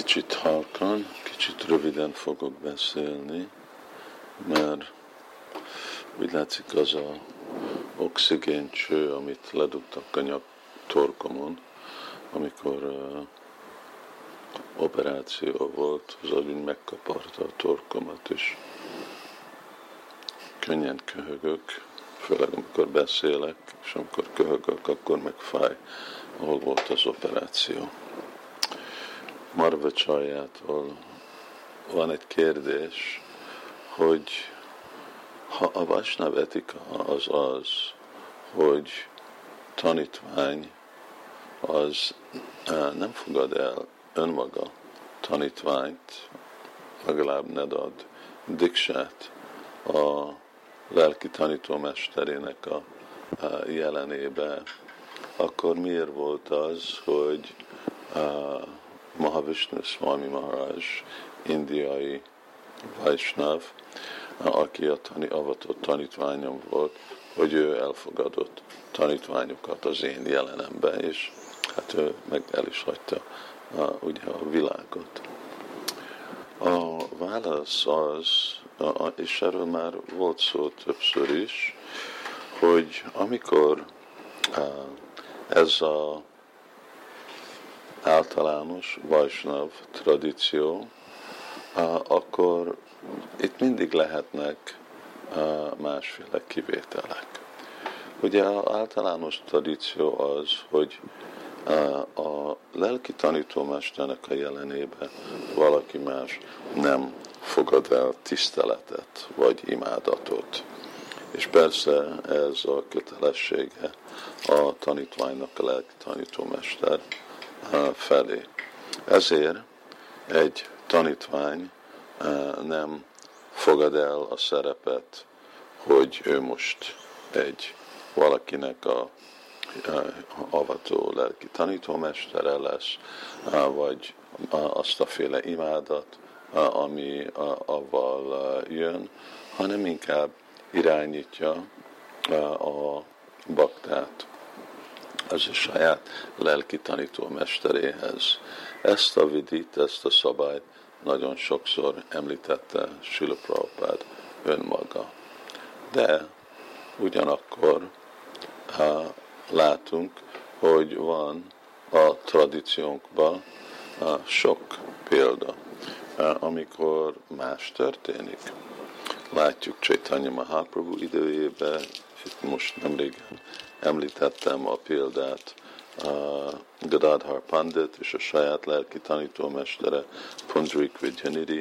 kicsit halkan, kicsit röviden fogok beszélni, mert úgy látszik az a oxigéncső, amit ledugtak a torkomon, amikor operáció volt, az úgy megkaparta a torkomat, és könnyen köhögök, főleg amikor beszélek, és amikor köhögök, akkor meg fáj, ahol volt az operáció. Marva Csajától van egy kérdés, hogy ha a Vaisnava etika az, hogy tanítvány az nem fogad el önmaga tanítványt, legalább ne ad diksát a lelki tanítómesterének a jelenébe, akkor miért volt az, hogy Mahavishnu Swami Maharaj, indiai Vaisnav, aki a avatott tanítványom volt, hogy ő elfogadott tanítványokat az én jelenemben, és hát ő meg el is hagyta ugye a világot. A válasz az, és erről már volt szó többször is, hogy amikor ez az általános Vaisnav tradíció, akkor itt mindig lehetnek másféle kivételek. Ugye az általános tradíció az, hogy a lelki tanítómesternek a jelenében valaki más nem fogad el tiszteletet vagy imádatot. És persze ez a kötelessége a tanítványnak, a lelki tanítómester felé. Ezért egy tanítvány nem fogad el a szerepet, hogy ő most egy valakinek a avató lelki tanítómestere lesz, vagy azt a féle imádat, ami avval jön, hanem inkább irányítja a baktát az a saját lelki tanítómesteréhez. Ezt a vidit, ezt a szabályt nagyon sokszor említette Srila Prabhupád önmaga. De ugyanakkor látunk, hogy van a tradíciónkban sok példa, amikor más történik. Látjuk Chaitanya Mahaprabhu időjében, itt most nemrégen említettem a példát, Gadadhar Pandit és a saját lelki tanítómestere Pundarik Vidyanidhi,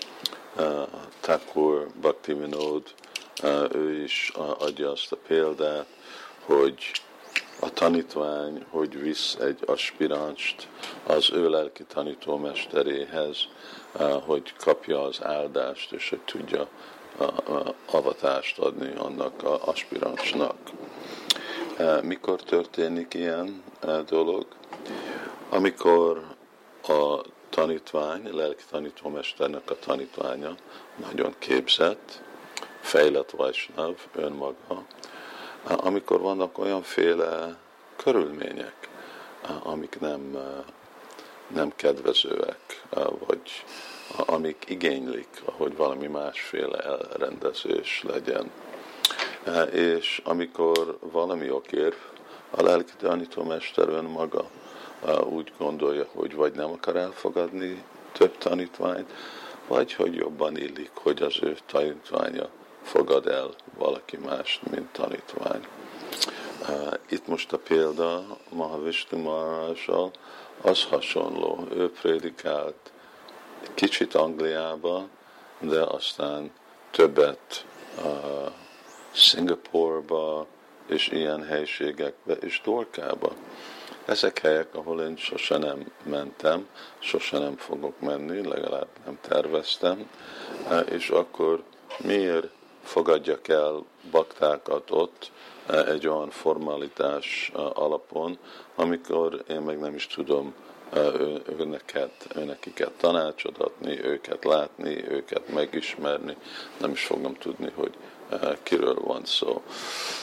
Thakur Bhaktivinoda, ő is adja azt a példát, hogy a tanítvány, hogy visz egy aspiránst az ő lelki tanítómesteréhez, hogy kapja az áldást, és hogy tudja avatást adni annak az aspiránsnak. Mikor történik ilyen dolog? Amikor a tanítvány, lelki tanítómesternek a tanítványa nagyon képzett, fejlett Vaisnav önmaga, amikor vannak olyanféle körülmények, amik nem kedvezőek, vagy amik igénylik, hogy valami másféle elrendezés legyen. És amikor valami okért a lelki tanítómester önmaga úgy gondolja, hogy vagy nem akar elfogadni több tanítványt, vagy hogy jobban illik, hogy az ő tanítványa fogad el valaki mást, mint tanítvány. Itt most a példa Mahavishnu Maharajjal az hasonló. Ő prédikált kicsit Angliába, de aztán többet Szingapurba, és ilyen helységekbe, és Dorkába. Ezek helyek, ahol én sose nem mentem, sose nem fogok menni, legalább nem terveztem, és akkor miért fogadjak el baktákat ott egy olyan formalitás alapon, amikor én meg nem is tudom őnekiket tanácsot adni, őket látni, őket megismerni, nem is fogom tudni, hogy kiről van szó.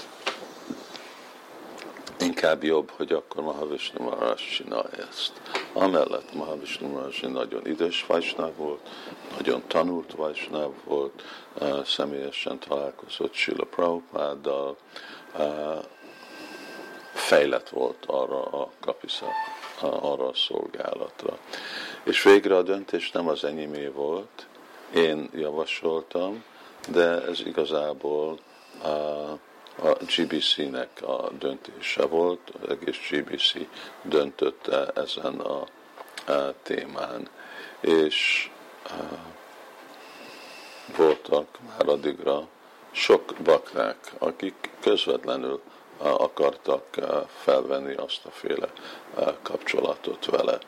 Inkább jobb, hogy akkor Mahavishnu Maharaj csinálja ezt. Amellett Mahavishnu Maharaj nagyon idős Vajsnáv volt, nagyon tanult Vajsnáv volt, személyesen találkozott Srila Prabhupáddal, fejlett volt arra a arra a szolgálatra. És végre a döntés nem az enyémé volt, én javasoltam, de ez igazából a GBC-nek a döntése volt, az egész GBC döntötte ezen a témán. És voltak már addigra sok bakták, akik közvetlenül akartak felvenni azt a féle kapcsolatot vele.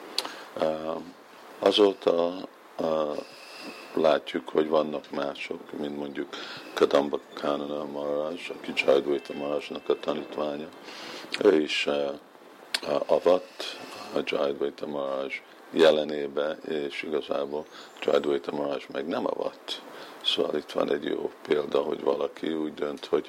Azóta látjuk, hogy vannak mások, mint mondjuk Kadamba Kanana Maharaj, aki Jayadvaita Maharajnak a tanítványa. Ő is avatt a Jayadvaita Maharaj jelenébe, és igazából Jayadvaita Maharaj meg nem avatt. Szóval itt van egy jó példa, hogy valaki úgy dönt, hogy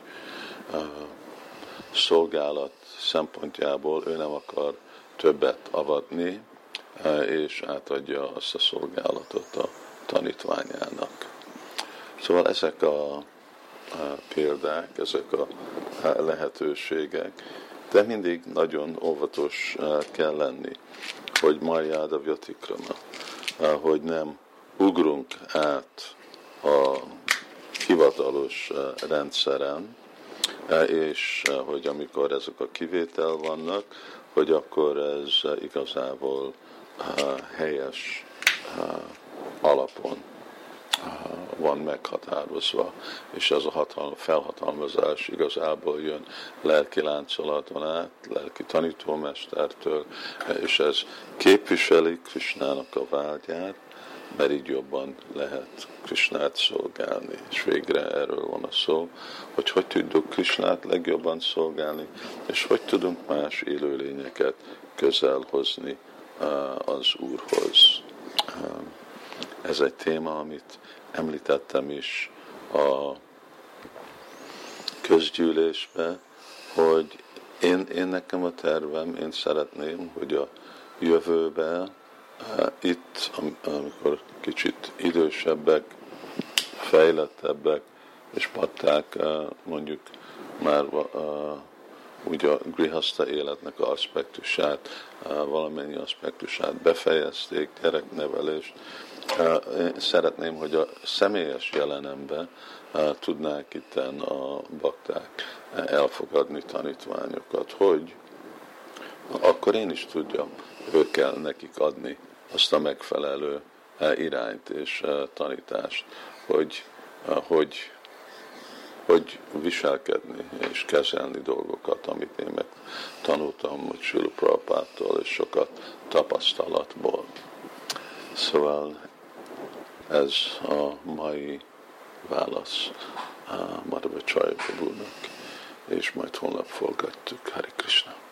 szolgálat szempontjából ő nem akar többet avatni, és átadja azt a szolgálatot a tanítványának. Szóval ezek a példák, ezek a lehetőségek, de mindig nagyon óvatos kell lenni, hogy Marjáda Vyatikrama, hogy nem ugrunk át a hivatalos rendszeren, és hogy amikor ezek a kivétel vannak, hogy akkor ez igazából helyes alapon van meghatározva, és ez a felhatalmazás igazából jön lelki láncolaton át, lelki tanítómestertől, és ez képviseli Krisnának a vágyát, mert így jobban lehet Krisnát szolgálni. És végre erről van a szó, hogy tudjuk Krisnát legjobban szolgálni, és hogy tudunk más élőlényeket közel hozni az Úrhoz. Ez egy téma, amit említettem is a közgyűlésbe, hogy én nekem a tervem, én szeretném, hogy a jövőben itt, amikor kicsit idősebbek, fejlettebbek, és patták mondjuk már úgy a grihaszta életnek az aspektusát, valamennyi aspektusát befejezték, gyereknevelést. Én szeretném, hogy a személyes jelenemben tudnák itten a bakták elfogadni tanítványokat, hogy akkor én is tudjam, ő kell nekik adni azt a megfelelő irányt és tanítást, hogy viselkedni és kezelni dolgokat, amit én meg tanultam Srila Prabhupádtól és sokat tapasztalatból. Szóval ez a mai válasz Madhava Csajapabúnak, és majd holnap folytatjuk. Hare Krishna!